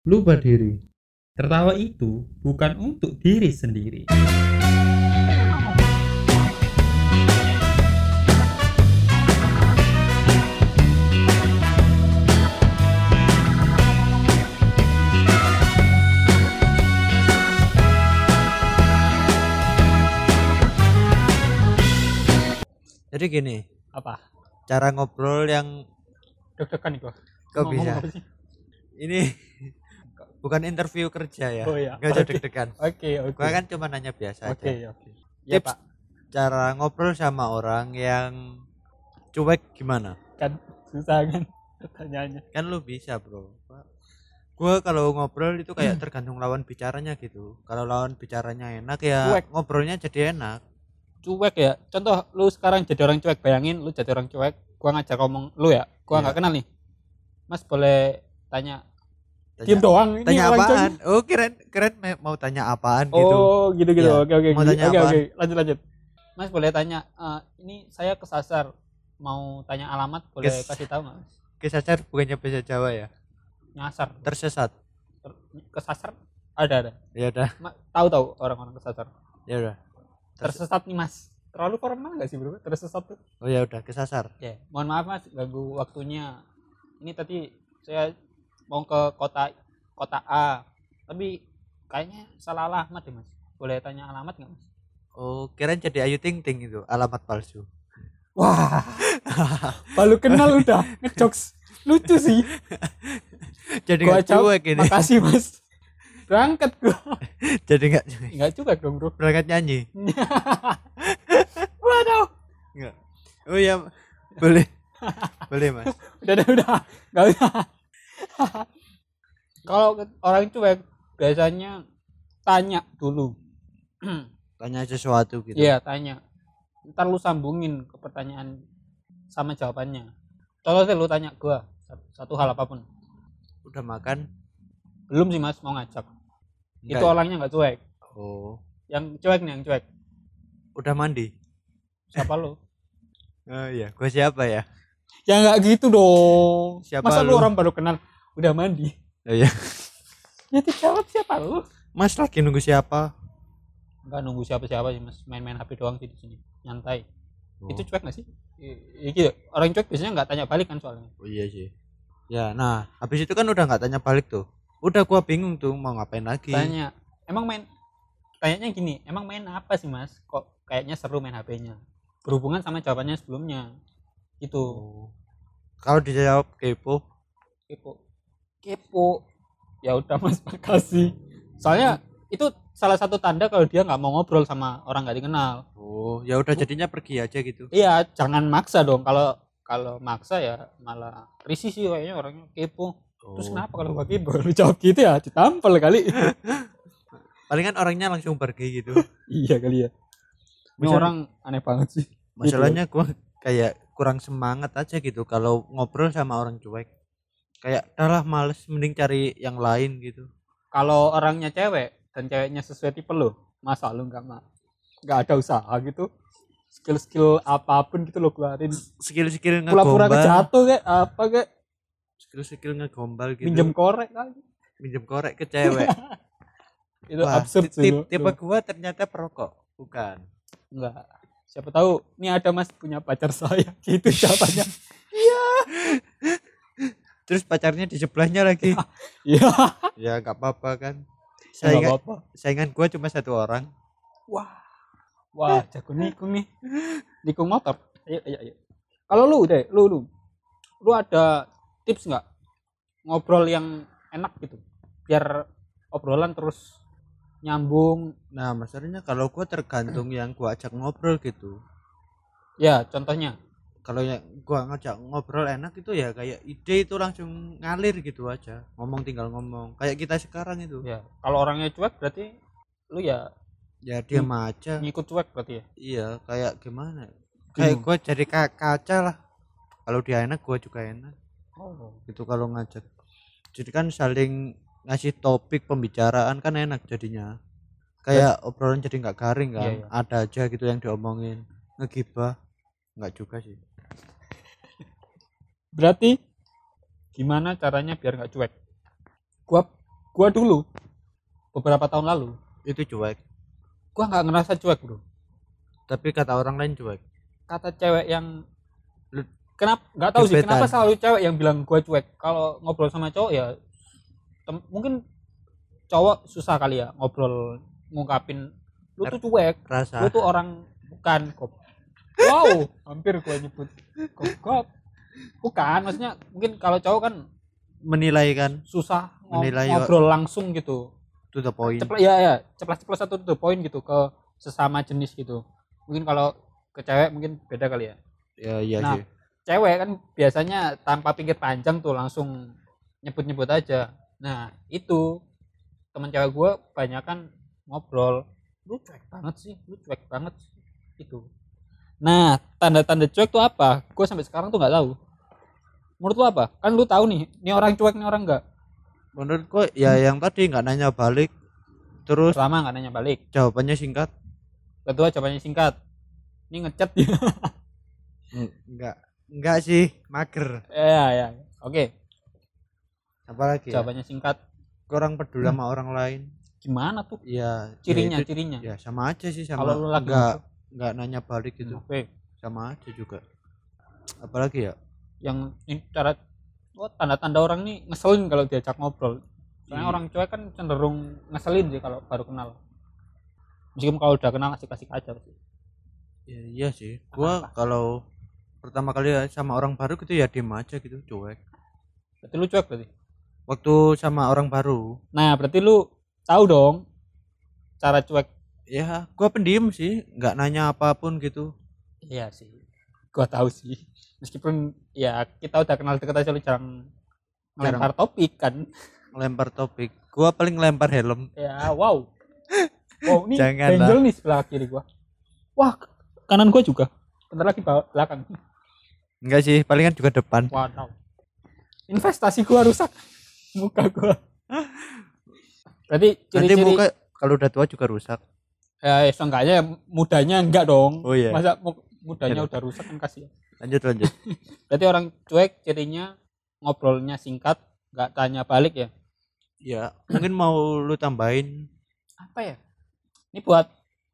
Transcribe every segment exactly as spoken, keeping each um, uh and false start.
Lupa diri. Tertawa itu bukan untuk diri sendiri. Jadi gini, Apa? cara ngobrol yang Deg-degan itu. kok Ngomong bisa? apa sih? Ini bukan interview kerja ya. Oh iya. Nggak usah Oke. deg-degan. Oke, oke. Gua kan cuma nanya biasa Oke, aja. oke. Ya, Tips Pak. cara ngobrol sama orang yang cuek gimana? Kan susah kan pertanyaannya. Kan lu bisa, Bro. Gua kalau ngobrol itu kayak tergantung lawan bicaranya gitu. Kalau lawan bicaranya enak ya Cuek. ngobrolnya jadi enak. Cuek ya. Contoh lu sekarang jadi orang cuek, bayangin lu jadi orang cuek, gua ngajak ngomong lu ya. Gua Iya. nggak kenal nih. Mas boleh tanya. Tanya, Diem doang ini tanya orang cuek. apaan? Oh, keren keren me- mau tanya apaan gitu. Oh, gitu-gitu. Iya. Oke, oke. Mau tanya Oke, apaan? oke. Lanjut, lanjut. Mas boleh tanya, "Eh, ini saya kesasar. Mau tanya alamat, boleh Kes- kasih tahu nggak, Mas?" Kesasar bukannya bahasa Jawa ya? Nyasar. Tersesat. Ter- kesasar ada ada. Ya udah, Ma- tahu tahu orang-orang kesasar. ya udah. Terse- Tersesat nih, Mas. Terlalu formal nggak sih, Bro? Tersesat tuh. Oh ya udah, kesasar. Ya, mohon maaf Mas, ganggu waktunya. Ini tadi saya mau ke kota kota A, tapi kayaknya salah alamat deh Mas. Boleh tanya alamat nggak Mas? Oh, kirain jadi Ayu Ting Ting itu, alamat palsu. Wah, baru kenal udah ngejokes, lucu sih. Jadi Gua nggak cuek ini. Makasih Mas. Berangkat gua. Jadi nggak cuek. Nggak cuek dong Bro. Berangkat nyanyi. Waduh. Nggak. Oh ya, boleh. Boleh mas. Udah udah udah. Nggak usah. Kalau orang cuek biasanya tanya dulu. Tanya sesuatu gitu. Iya, tanya. Ntar lu sambungin ke pertanyaan sama jawabannya. Contoh sih lu tanya gua satu hal apapun. Udah makan? Belum sih Mas, mau ngajak. Nggak. Itu orangnya nggak cuek. Oh. Yang cuek nih yang cuek. Udah mandi? Siapa lu? Oh iya, gua siapa ya? Ya nggak gitu dong. Siapa Masa lu lu? orang baru kenal udah mandi? Oh iya. Ya dijawab siapa lu? Mas lagi nunggu siapa? Enggak nunggu siapa-siapa sih Mas, main-main H P doang sih di sini. Nyantai. Oh. Itu cuek nggak sih? I- gitu. Orang cuek biasanya nggak tanya balik kan soalnya. Oh iya sih. Ya, nah, habis itu kan udah nggak tanya balik tuh. Udah gua bingung tuh mau ngapain lagi. Tanya, emang main tanyanya gini, emang main apa sih Mas? Kok kayaknya seru main H P-nya? Berhubungan sama jawabannya sebelumnya. Itu. Oh. Kalau dijawab kepo, Kepo. Kepo. Ya udah Mas, makasih. Soalnya itu salah satu tanda kalau dia nggak mau ngobrol sama orang nggak dikenal. oh ya udah jadinya pergi aja gitu. Iya, jangan maksa dong. Kalau kalau maksa ya malah risih sih kayaknya orangnya kepo. Terus Oh. kenapa kalau gak kepo? Lu jawab gitu ya, ditampel kali. Palingan orangnya langsung pergi gitu. Iya kali ya. Ini Misal- orang aneh banget sih. Masalahnya gua kayak kurang semangat aja gitu kalau ngobrol sama orang cuek. Kayak dah lah males, mending cari yang lain gitu. Kalau orangnya cewek dan ceweknya sesuai tipe lo, masa lu nggak ma- nggak ada usaha gitu, skill-skill apapun gitu lo keluarin, Skill-skill pura-pura ngegombal, kejatuh kayak apa kayak skill-skill ngegombal gitu. minjem korek kali. Minjem korek ke cewek. Itu Wah, absurd ti- sih. tip- lo. tipe gua ternyata perokok, bukan. Enggak. Siapa tahu ini ada Mas punya pacar saya gitu jawabannya. Terus pacarnya di sebelahnya lagi. Iya. Ya nggak apa-apa kan. Enggak Saingan, apa-apa. saingan gua cuma satu orang. Wah. Wah, jago nikung nih. Nikung motor. Ayo, ayo, ayo. Kalau lu deh, lu lu. Lu ada tips nggak ngobrol yang enak gitu? Biar obrolan terus nyambung. Nah, masalahnya kalau gua tergantung yang gua ajak ngobrol gitu. Ya, contohnya. Kalau yang gua ngajak ngobrol enak itu ya kayak ide itu langsung ngalir gitu aja. Ngomong tinggal ngomong. Kayak kita sekarang itu. Ya, kalau orangnya cuek berarti lu ya Ya diam aja. ngikut cuek berarti ya. Iya, kayak gimana? Kayak Bingung. gua jadi ka- kaca lah. Kalau dia enak gua juga enak. Oh. Gitu kalau ngajak. Jadi kan saling ngasih topik pembicaraan kan enak jadinya. Kayak obrolan jadi nggak garing kan. Iya, iya. Ada aja gitu yang diomongin. Ngegibah nggak juga sih. Berarti gimana caranya biar nggak cuek? Gua gua dulu beberapa tahun lalu Itu cuek. gua nggak ngerasa cuek bro. Tapi kata orang lain cuek. Kata cewek yang Lu kenapa nggak tahu sih gebetan. kenapa selalu cewek yang bilang gua cuek. Kalau ngobrol sama cowok ya tem- mungkin cowok susah kali ya ngobrol ngungkapin lu tuh cuek, rasa. lu tuh orang bukan kok. Wow, hampir gua nyebut kok. Bukan, maksudnya mungkin kalau cowok kan Menilai kan susah ngo- Menilai- ngobrol langsung gitu. to the point. Ceplas ya ya, ceplas-ceplos satu to the point gitu ke sesama jenis gitu. Mungkin kalau ke cewek mungkin beda kali ya. Ya iya Nah, sih. cewek kan biasanya tanpa pikir panjang tuh langsung nyebut-nyebut aja. Nah, itu teman cewek gue banyakan ngobrol, lu cuek banget sih, lu cuek banget sih. Itu. Nah, tanda-tanda cuek tuh apa? Gue sampai sekarang tuh nggak tahu. Menurut lu apa? Kan lu tahu nih, ini orang cuek, ini orang enggak. Menurutku ya yang tadi nggak nanya balik, terus Pertama nggak nanya balik. jawabannya singkat. Kedua jawabannya singkat. Ini ngechat dia. Enggak, enggak sih, mager. Ya, ya. Oke, Apalagi ya? jawabannya singkat. Kurang peduli sama orang lain. Gimana tuh? Ya, Cirinya, ya, itu- cirinya. ya sama aja sih sama. Kalau lu lagi enggak enggak nanya balik gitu. Oke. Sama aja juga. Apalagi ya? Yang ini cara oh, tanda-tanda orang nih ngeselin kalau diajak ngobrol. Soalnya Iya. orang cuek kan cenderung ngeselin sih kalau baru kenal. Meskipun kalau udah kenal asik-asik aja sih. Ya, iya sih. Gua kalau pertama kali sama orang baru gitu ya diem aja gitu, cuek. Berarti lu cuek berarti. Waktu sama orang baru, Nah, berarti lu tahu dong cara cuek. ya gua pendiam sih, nggak nanya apapun gitu. Iya sih. Gua tahu sih. Meskipun ya kita udah kenal deket aja lu jarang ngelempar topik kan. Ngelempar topik. Gua paling ngelempar helm. Ya, wow. Wow, ini Jangan benjol nih sebelah kiri gua. Wah, kanan gua juga. Bentar lagi bawah belakang. Enggak sih, palingan juga depan. Wow. Investasi gua rusak. Muka gua. Berarti Nanti ciri-ciri muka kalau udah tua juga rusak. ya seenggaknya mudanya enggak dong. Oh iya. Masa mu- mudanya Iya. udah rusak kan kasihan. Lanjut lanjut. Berarti orang cuek cirinya ngobrolnya singkat, enggak tanya balik ya. Ya, mungkin mau lu tambahin. Apa ya? Ini buat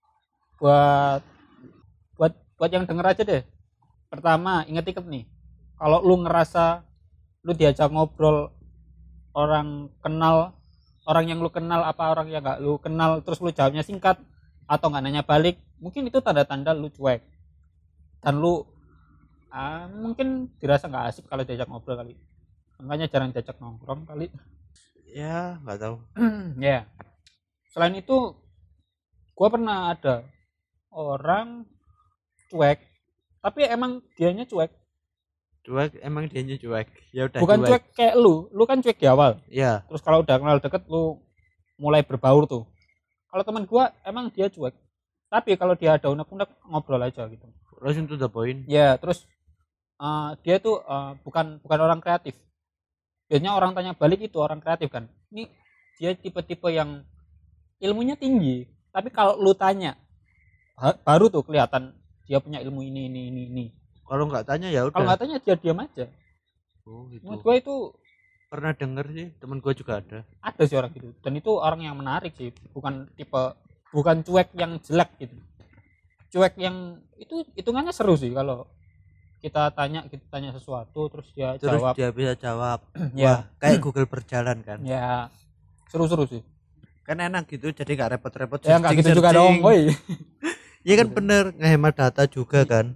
buat buat buat yang denger aja deh. Pertama, inget-inget nih. Kalau lu ngerasa lu diajak ngobrol orang kenal, orang yang lu kenal apa orang yang enggak lu kenal terus lu jawabnya singkat atau enggak nanya balik, mungkin itu tanda-tanda lu cuek. Dan lu ah, mungkin dirasa enggak asik kalau diajak ngobrol kali. Makanya jarang diajak nongkrong kali. Ya, nggak tahu. Ya. Selain itu, gua pernah ada orang cuek, tapi emang dianya cuek. Cuek emang dianya cuek. Ya udah Bukan cuek kayak lu, lu kan cuek di awal. Ya, Terus kalau udah kenal deket, lu mulai berbaur tuh. Kalau teman gua emang dia cuek, tapi kalau dia ada unek-unek ngobrol aja gitu. langsung to the point. Ya, terus uh, dia tuh uh, bukan bukan orang kreatif. Biasanya orang tanya balik itu orang kreatif kan. Ini dia tipe-tipe yang ilmunya tinggi, tapi kalau lu tanya ha- baru tuh kelihatan dia punya ilmu ini ini ini ini. Kalau nggak tanya ya Kalau udah. nggak tanya dia diam aja. Oh, gitu. Menurut gua itu Pernah denger sih, temen gua juga ada. ada sih orang gitu. Dan itu orang yang menarik sih, bukan tipe bukan cuek yang jelek gitu. Cuek yang itu hitungannya seru sih kalau kita tanya kita tanya sesuatu terus dia Terus jawab. dia bisa jawab. Ya. Wah, kayak Google berjalan kan. Ya seru-seru sih. Kan enak gitu, jadi nggak repot-repot. Ya nggak gitu juga searching-searching. dong, woi. Iya kan bener, ngehemat data juga kan.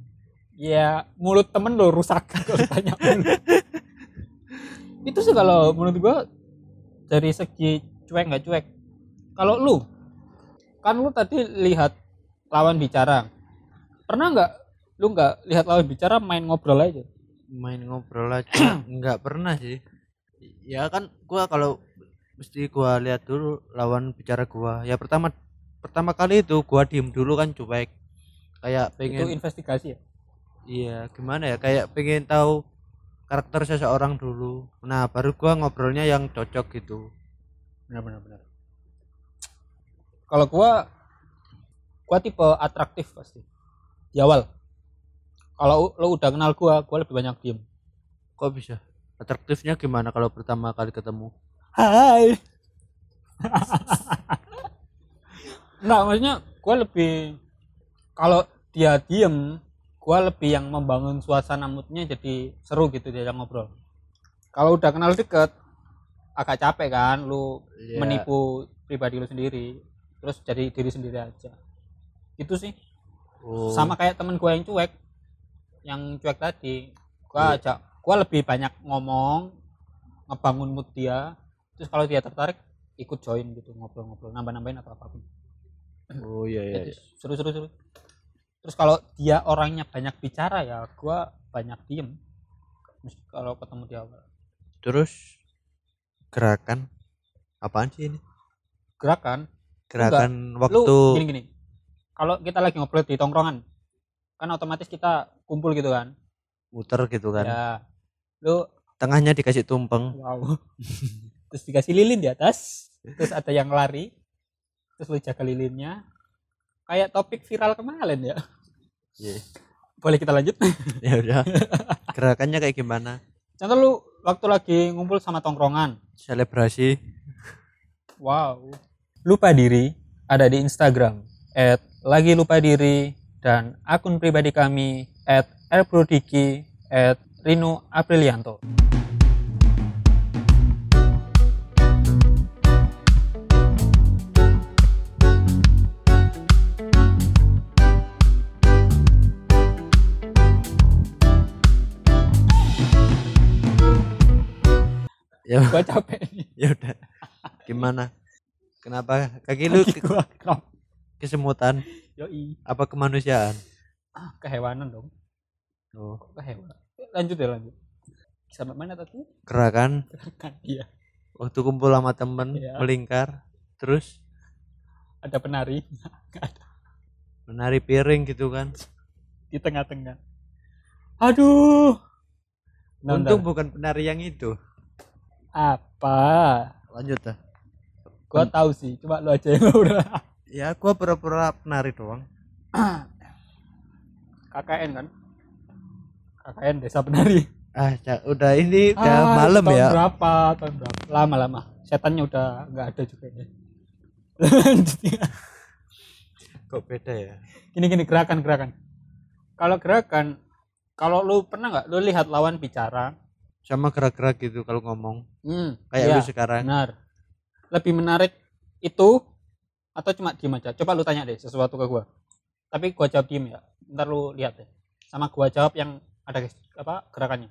Ya mulut temen lo rusak kalau tanya mulu. Itu sih kalau menurut gua dari segi cuek nggak cuek. Kalau lu kan lu tadi lihat lawan bicara, pernah nggak lu nggak lihat lawan bicara main ngobrol aja? Main ngobrol aja nggak pernah sih. Ya kan gua kalau mesti gua lihat dulu lawan bicara gua. Ya pertama pertama kali itu gua diem dulu kan, cuek. Kayak Itu pengen investigasi ya. iya gimana ya, kayak pengen tahu karakter seseorang dulu. Nah baru gua ngobrolnya yang cocok gitu. Benar-benar benar. Kalau gua gua tipe atraktif pasti di awal. Kalau lu udah kenal gua, gua lebih banyak diem. Kok bisa? Atraktifnya gimana kalau pertama kali ketemu? Hai. Enggak, maksudnya gua lebih kalau dia diem, gua lebih yang membangun suasana moodnya jadi seru gitu dia ngobrol. Kalau udah kenal deket agak capek kan lu Iya. menipu pribadi lu sendiri terus jadi diri sendiri aja gitu sih. Oh. Sama kayak temen gua yang cuek yang cuek tadi gua Iya. ajak gua lebih banyak ngomong ngebangun mood dia terus kalau dia tertarik ikut join gitu ngobrol-ngobrol nambah-nambahin atau apapun. Oh iya iya. Jadi iya. seru-seru seru. Terus kalau dia orangnya banyak bicara ya gua banyak diem kalau ketemu dia. Terus gerakan apaan sih ini? Gerakan Gerakan lu waktu gini-gini kalau kita lagi ngobrol di tongkrongan kan otomatis kita kumpul gitu kan muter gitu kan. ya lu Tengahnya dikasih tumpeng. wow terus dikasih lilin di atas terus ada yang lari terus lu jaga lilinnya kayak topik viral kemarin ya. Iya. Boleh kita lanjut? Ya udah. Gerakannya kayak gimana? Contoh lu waktu lagi ngumpul sama tongkrongan Selebrasi. wow lupa diri ada di Instagram at lagi lupa diri dan akun pribadi kami at elbrodiki at Rino Aprilianto. Ya, Gua capek nih. ya udah. Gimana? Kenapa kaki lu Kaki ke- gua kram. kesemutan? Yoi. Apa kemanusiaan? Ah, kehewanan dong. Oh, Kok kehewanan? Lanjut ya lanjut. Sampai mana tadi? gerakan Kan iya. waktu kumpul sama temen Iya. melingkar, terus Ada penari menari piring gitu kan. di tengah-tengah. Aduh. Nah, Untung bentar. bukan penari yang itu. Apa? Lanjut dah. Gua tahu sih, coba lu aja yang udah. Ya, gua pura-pura penari doang. K K N kan? K K N Desa Penari. Ah, ca- udah ini udah Ah, malam tahun ya. Berapa? Tahun berapa? Lama-lama. Setannya udah nggak ada juga ya. Lanjut ya. Kok beda ya? Gini-gini gerakan-gerakan. Kalau gerakan, kalau lu pernah nggak lu lihat lawan bicara? Sama gerak-gerak gitu kalau ngomong. Hmm, Kayak iya, lu sekarang. benar. Lebih menarik itu atau cuma diem aja? Coba lu tanya deh sesuatu ke gua. Tapi gua jawab diem ya. Ntar lu lihat deh. Sama gua jawab yang ada apa gerakannya.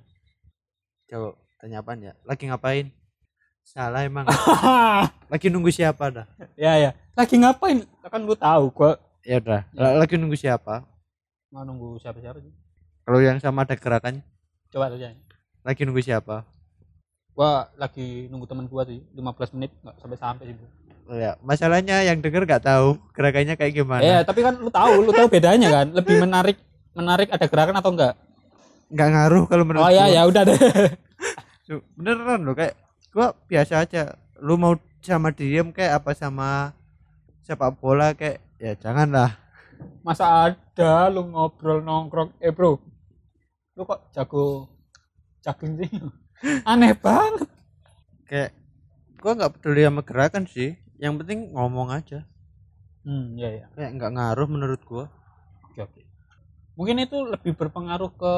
Coba tanya apaan ya? Lagi ngapain? Salah emang. Lagi nunggu siapa dah? Ya ya. Lagi ngapain? Kan lu tahu gua Ya udah. L- Lagi nunggu siapa? mau nunggu siapa-siapa sih. Kalau yang sama ada gerakan, Coba tanya. lagi nunggu siapa? Gua lagi nunggu teman gua sih lima belas menit nggak sampai sampai sih. Oh ya, masalahnya yang denger nggak tahu gerakannya kayak gimana. Eh, tapi kan lu tahu, lu tahu bedanya kan? Lebih menarik menarik ada gerakan atau enggak? Nggak ngaruh kalau menurut Oh ya gua. ya udah deh. Tuh, beneran loh, kayak gua biasa aja. Lu mau sama diem kayak apa sama sepak bola kayak ya janganlah. Masa ada lu ngobrol nongkrong eh bro. Lu kok jago jogging sih? Aneh banget. Kayak gua nggak peduli sama gerakan sih. Yang penting ngomong aja. Hmm, ya ya. Kayak nggak ngaruh menurut gua. Oke oke. Mungkin itu lebih berpengaruh ke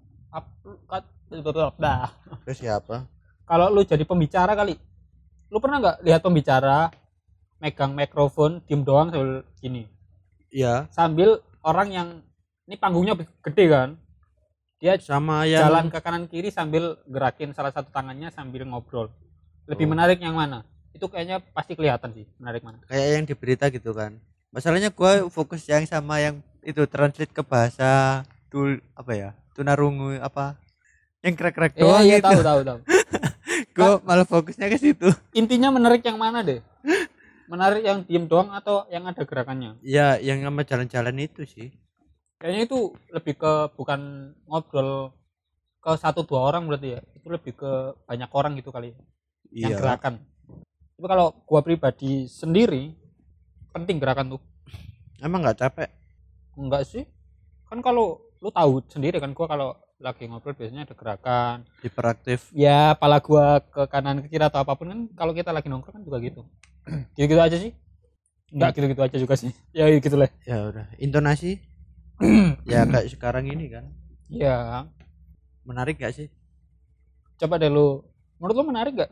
apa dah. Ke siapa? Kalau lu jadi pembicara kali. Lu pernah nggak lihat pembicara megang mikrofon diem doang sambil gini? Iya, Sambil orang yang ini panggungnya gede kan? Dia sama yang jalan ke kanan kiri sambil gerakin salah satu tangannya sambil ngobrol. Lebih Oh. menarik yang mana? Itu kayaknya pasti kelihatan sih menarik mana. kayak yang di berita gitu kan. Masalahnya gua fokus yang sama yang itu translate ke bahasa tul apa ya? Tunarungu apa? Yang krek-krek Iya doang iya gitu. tahu tahu tahu. Gua malah fokusnya ke situ. Intinya menarik yang mana deh? Menarik yang diem doang atau yang ada gerakannya? Ya, yang sama jalan-jalan itu sih. Kayaknya itu lebih ke bukan ngobrol ke satu dua orang berarti ya. Itu lebih ke banyak orang gitu kali. Yang Iya. gerakan. Tapi kalau gua pribadi sendiri penting gerakan tuh. Emang nggak capek? Enggak sih. Kan kalau lu tahu sendiri kan gua kalau lagi ngobrol biasanya ada gerakan. Hiperaktif. Ya, pala gua ke kanan ke kiri atau apapun kan kalau kita lagi nongkrong kan juga gitu. Gitu-gitu aja sih. Enggak gitu-gitu aja juga sih. Ya gitu lah. Ya udah, intonasi. Ya kayak sekarang ini kan. Ya, Menarik gak sih? coba deh lu. Menurut lu menarik gak?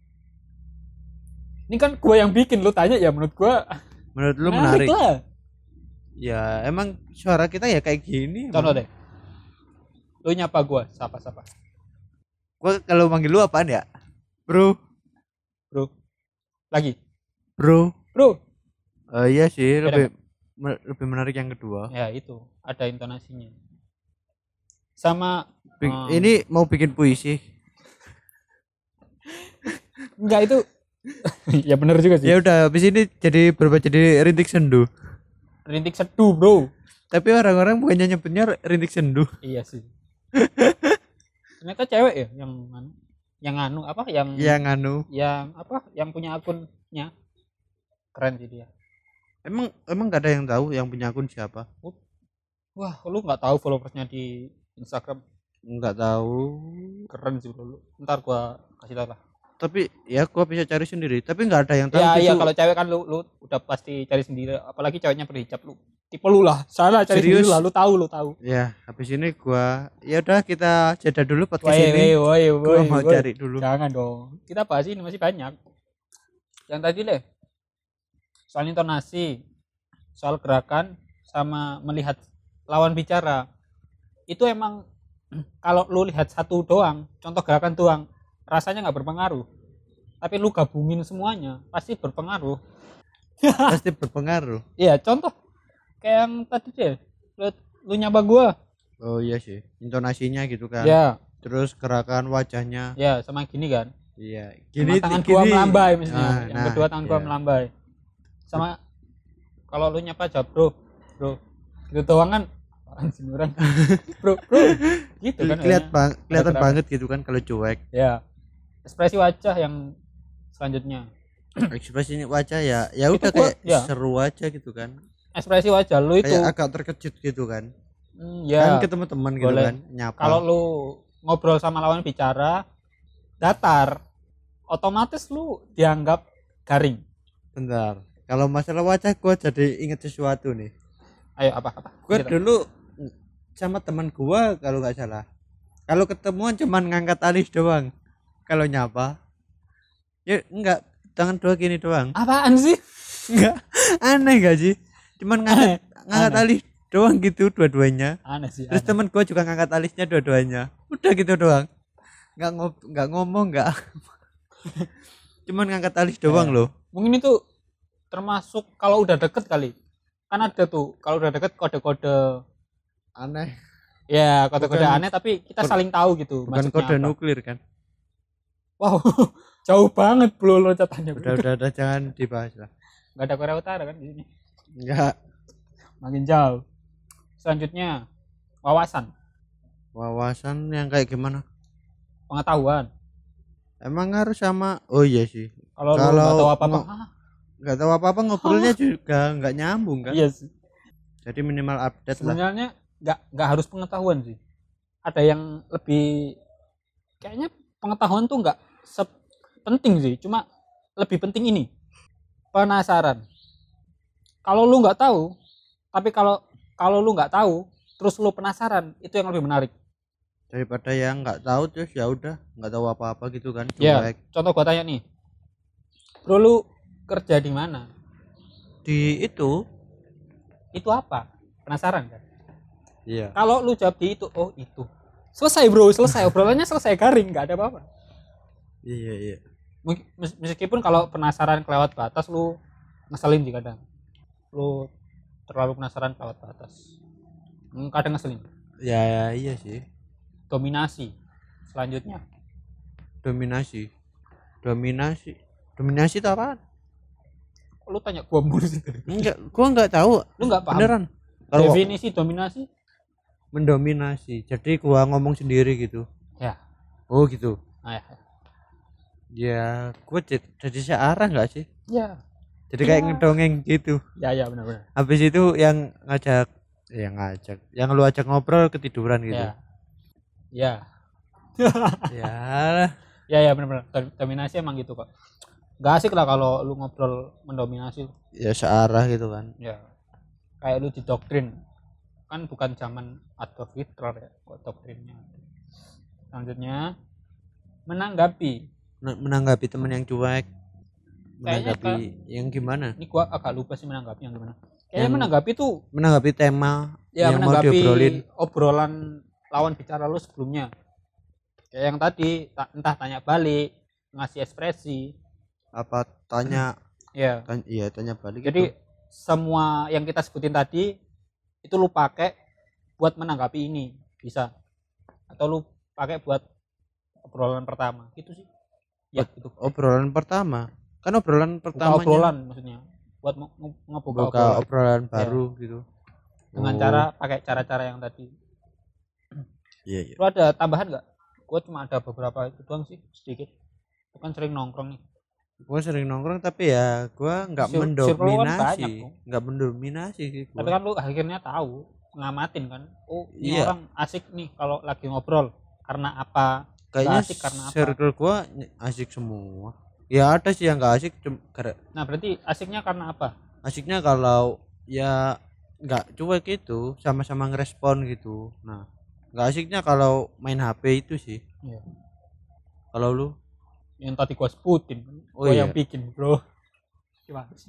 Ini kan gua yang bikin, lu tanya ya menurut gua. Menurut lu menarik? lah. Ya emang suara kita ya kayak gini. Contoh emang. deh. Lu nyapa gua, sapa-sapa. Gua kalau manggil lu apaan ya? Bro. Bro. Lagi. Bro. Bro. Oh iya sih, Beda lebih me- lebih menarik yang kedua. Ya itu, ada intonasinya. Sama Bi- um, Ini mau bikin puisi. enggak itu. Ya bener juga sih. Ya udah, habis ini jadi berubah jadi rintik sendu. Rintik seduh, Bro. Tapi orang-orang bukannya nyebutnya rintik sendu. Iya sih. Ternyata cewek ya yang anu, yang anu apa yang Yang anu. yang apa yang punya akunnya. Keren sih dia. Emang emang gak ada yang tahu yang punya akun siapa? Wah, lu nggak tahu followersnya di Instagram. Enggak tahu. Keren sih bro. Ntar gua kasih tau lah. Tapi ya gua bisa cari sendiri. Tapi nggak ada yang tahu. Ya gitu. iya kalau cewek kan lu lu udah pasti cari sendiri. Apalagi ceweknya berhijab lu. Tipe lu lah. Salah cari Serius? sendiri lah. Lu tahu lu tahu. Ya, habis ini gua ya udah kita jeda dulu podcast Woi ini. woi woi Gua woi. mau woi. cari dulu. Jangan dong. Kita bahas ini masih banyak. Yang tadi deh. Soal intonasi, soal gerakan, sama melihat lawan bicara. Itu emang kalau lu lihat satu doang, contoh gerakan doang, rasanya nggak berpengaruh. Tapi lu gabungin semuanya, pasti berpengaruh. Pasti berpengaruh. Iya, contoh kayak yang tadi deh, lu, lu nyapa gua. Oh iya sih, intonasinya gitu kan. Ya, Terus gerakan wajahnya. ya sama gini kan. Iya. Sama tangan gini. gua melambai misalnya. Ah, yang nah, kedua tangan gua iya. melambai. Sama kalau lu nyapa aja, bro, bro, gitu doang kan. Apaan sih ini orang? Bro, bro, gitu kan. Kelihat kayaknya. bang, kelihatan Ada banget gitu kan kalau cuek. Ya, ekspresi wajah yang selanjutnya. Ekspresinya wajah ya, ya Itu udah gua- kayak ya. seru aja gitu kan. Ekspresi wajah lu itu, Kayak agak terkejut gitu kan. hmm, ya. Kan ketemu teman gitu boleh. kan, nyapa. Kalau lu ngobrol sama lawan bicara datar, otomatis lu dianggap garing. Bentar. Kalau masalah wajah gua jadi inget sesuatu nih. Ayo apa apa? Gua Gitu. dulu sama teman gua kalau nggak salah. Kalau ketemuan cuman ngangkat alis doang. Kalau nyapa ya enggak, tangan dua gini doang. Apaan sih? Enggak. Aneh gak sih? Cuman ngangkat ngangkat Aneh. alis doang gitu dua-duanya. Aneh sih. Terus aneh. teman gua juga ngangkat alisnya dua-duanya. Udah gitu doang. Nggak ngob nggak ngomong nggak. Cuman ngangkat alis doang Eh. loh. Mungkin itu termasuk kalau udah deket kali. Kan ada tuh kalau udah deket kode-kode, Aneh. ya kode-kode Bukan- aneh tapi kita kode- saling tahu gitu. Bukan maksudnya kode apa. nuklir kan? Wow, jauh banget bro loncatannya. Udah udah udah jangan dibahas lah. Nggak ada Korea Utara kan di sini. Enggak. Makin jauh. Selanjutnya wawasan, Wawasan yang kayak gimana? pengetahuan. Emang harus sama? Oh iya sih. Kalau lu Kalau nggak tahu apa-apa, ngo- ah, Nggak tahu apa-apa ngobrolnya juga nggak nyambung kan? iya sih. Jadi minimal update lah. Sebenarnya nggak nggak harus pengetahuan sih. Ada yang lebih kayaknya pengetahuan tuh nggak sepenting sih. Cuma lebih penting ini penasaran. Kalau lu nggak tahu, tapi kalau kalau lu nggak tahu, terus lu penasaran, itu yang lebih menarik. Daripada yang nggak tahu terus ya udah nggak tahu apa-apa gitu kan? Ya, Cuek. contoh gua tanya nih, bro lu kerja di mana? Di itu. Itu apa? Penasaran kan? Iya. Kalau lu jawab di itu, oh itu. Selesai bro, selesai obrolannya selesai garing, nggak ada apa-apa. Iya iya. Mungkin- mes- Meskipun kalau penasaran kelewat batas lu ngeselin sih kadang. Lu terlalu penasaran kelewat batas. Hmm, Kadang ngeselin. Ya, ya iya sih. Dominasi. Selanjutnya, Dominasi. Dominasi. Dominasi itu apaan? kok lu tanya gua mulu sih. Enggak, gua nggak tahu. Lu nggak paham Beneran. Kalau definisi dominasi? mendominasi. Jadi gua ngomong sendiri gitu. Ya. Oh gitu. Ah, ya. Ya, gua jadi, jadi searah nggak sih? Ya. Jadi kayak Ya. ngedongeng gitu. Ya, ya benar-benar. Habis itu yang ngajak, yang ngajak, yang lu ajak ngobrol ketiduran gitu. Ya. Ya. Ya, Ya ya benar-benar. Dominasi emang gitu kok. Gak asik lah kalau lu ngobrol mendominasi. ya searah gitu kan. Ya. Kayak lu didoktrin. Kan bukan zaman Adolf Hitler ya kok doktrinnya. Selanjutnya menanggapi. Men- menanggapi teman yang cuek, Kayaknya menanggapi yang gimana? Ini gua agak lupa sih menanggapi yang gimana. Kayaknya Yang- menanggapi tuh Menanggapi tema ya yang mau menanggapi diobrolin. obrolan lawan bicara lu sebelumnya. Kayak yang tadi ta- entah tanya balik, ngasih ekspresi. Apa tanya, Ya. tanya iya tanya balik Jadi gitu. semua yang kita sebutin tadi itu lu pakai buat menanggapi ini bisa. Atau lu pakai buat obrolan pertama. Gitu sih. Ya, itu. Obrolan pertama. Kan obrolan Buka pertamanya obrolan maksudnya. Buat nge- nge- ngebuka buka obrolan obrolan baru gitu. dengan Oh, cara pakai cara-cara yang tadi. iya iya. Lu ada tambahan nggak? Gue cuma ada beberapa itu doang sih, sedikit. Lu kan sering nongkrong nih. Gue sering nongkrong tapi ya gue nggak Cir- circle lu kan banyak, mendominasi, Bro. nggak mendominasi sih Tapi gue. kan lu akhirnya tahu, ngamatin kan. Oh, ini Iya. orang asik nih kalau lagi ngobrol. Karena apa? Kayaknya asik karena apa? circle gue asik semua. Ya ada sih yang nggak asik, cum- gara- Nah, berarti asiknya karena apa? asiknya kalau ya nggak cuek gitu, sama-sama ngerespon gitu. Nah, nggak asiknya kalau main H P itu sih. Iya. Kalau lu? Yang tadi gua sebutin. Oh Gua iya. yang bikin, Bro. Gimana sih?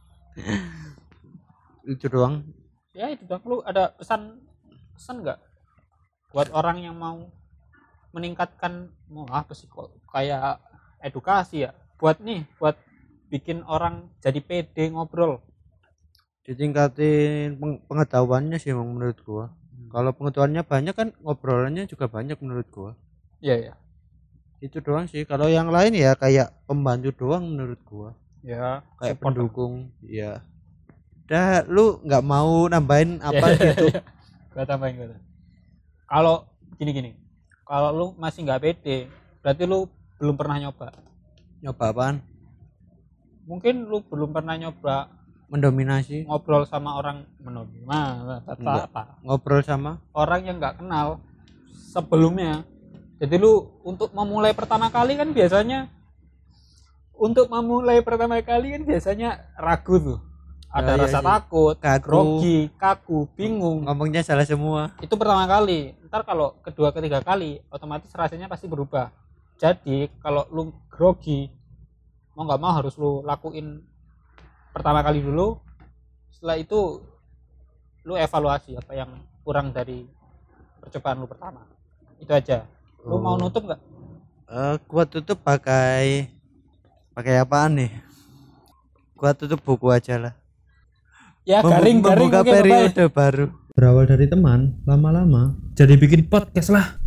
Itu doang. Ya itu dong. Lu ada pesan pesan nggak buat orang yang mau meningkatkan mau apa sih kok kayak edukasi ya? Buat nih, buat bikin orang jadi pede ngobrol. Ditingkatin peng- pengetahuannya sih emang menurut gua. Kalau pengetahuannya banyak kan ngobrolannya juga banyak menurut gua. Iya ya. Itu doang sih. Kalau yang lain ya kayak pembantu doang menurut gua. Ya, Kayak support. pendukung. Ya. Dah lu nggak mau nambahin apa Ya, ya, gitu? ya. Gua tambahin gua. tambahin. Kalau gini-gini. Kalau lu masih nggak pede, berarti lu belum pernah nyoba. Nyoba apaan? Mungkin lu belum pernah nyoba Mendominasi. ngobrol sama orang menurut mana Enggak. apa Ngobrol sama orang yang nggak kenal sebelumnya. Jadi lu untuk memulai pertama kali kan biasanya untuk memulai pertama kali kan biasanya ragu tuh. Ada Ya, iya rasa sih. takut, Kaku. grogi, kaku, bingung. ngomongnya salah semua. Itu pertama kali. Ntar kalau kedua ketiga kali otomatis rasanya pasti berubah. Jadi kalau lu grogi mau nggak mau harus lu lakuin pertama kali dulu. Setelah itu lu evaluasi apa yang kurang dari percobaan lu pertama. Itu aja. Lu mau Oh. nutup nggak? Eh, gua tutup pakai pakai apaan nih? Gua tutup buku aja lah. Ya Mem- garing garing membuka oke, bye-bye. periode baru. Berawal dari teman, lama-lama jadi bikin podcast lah.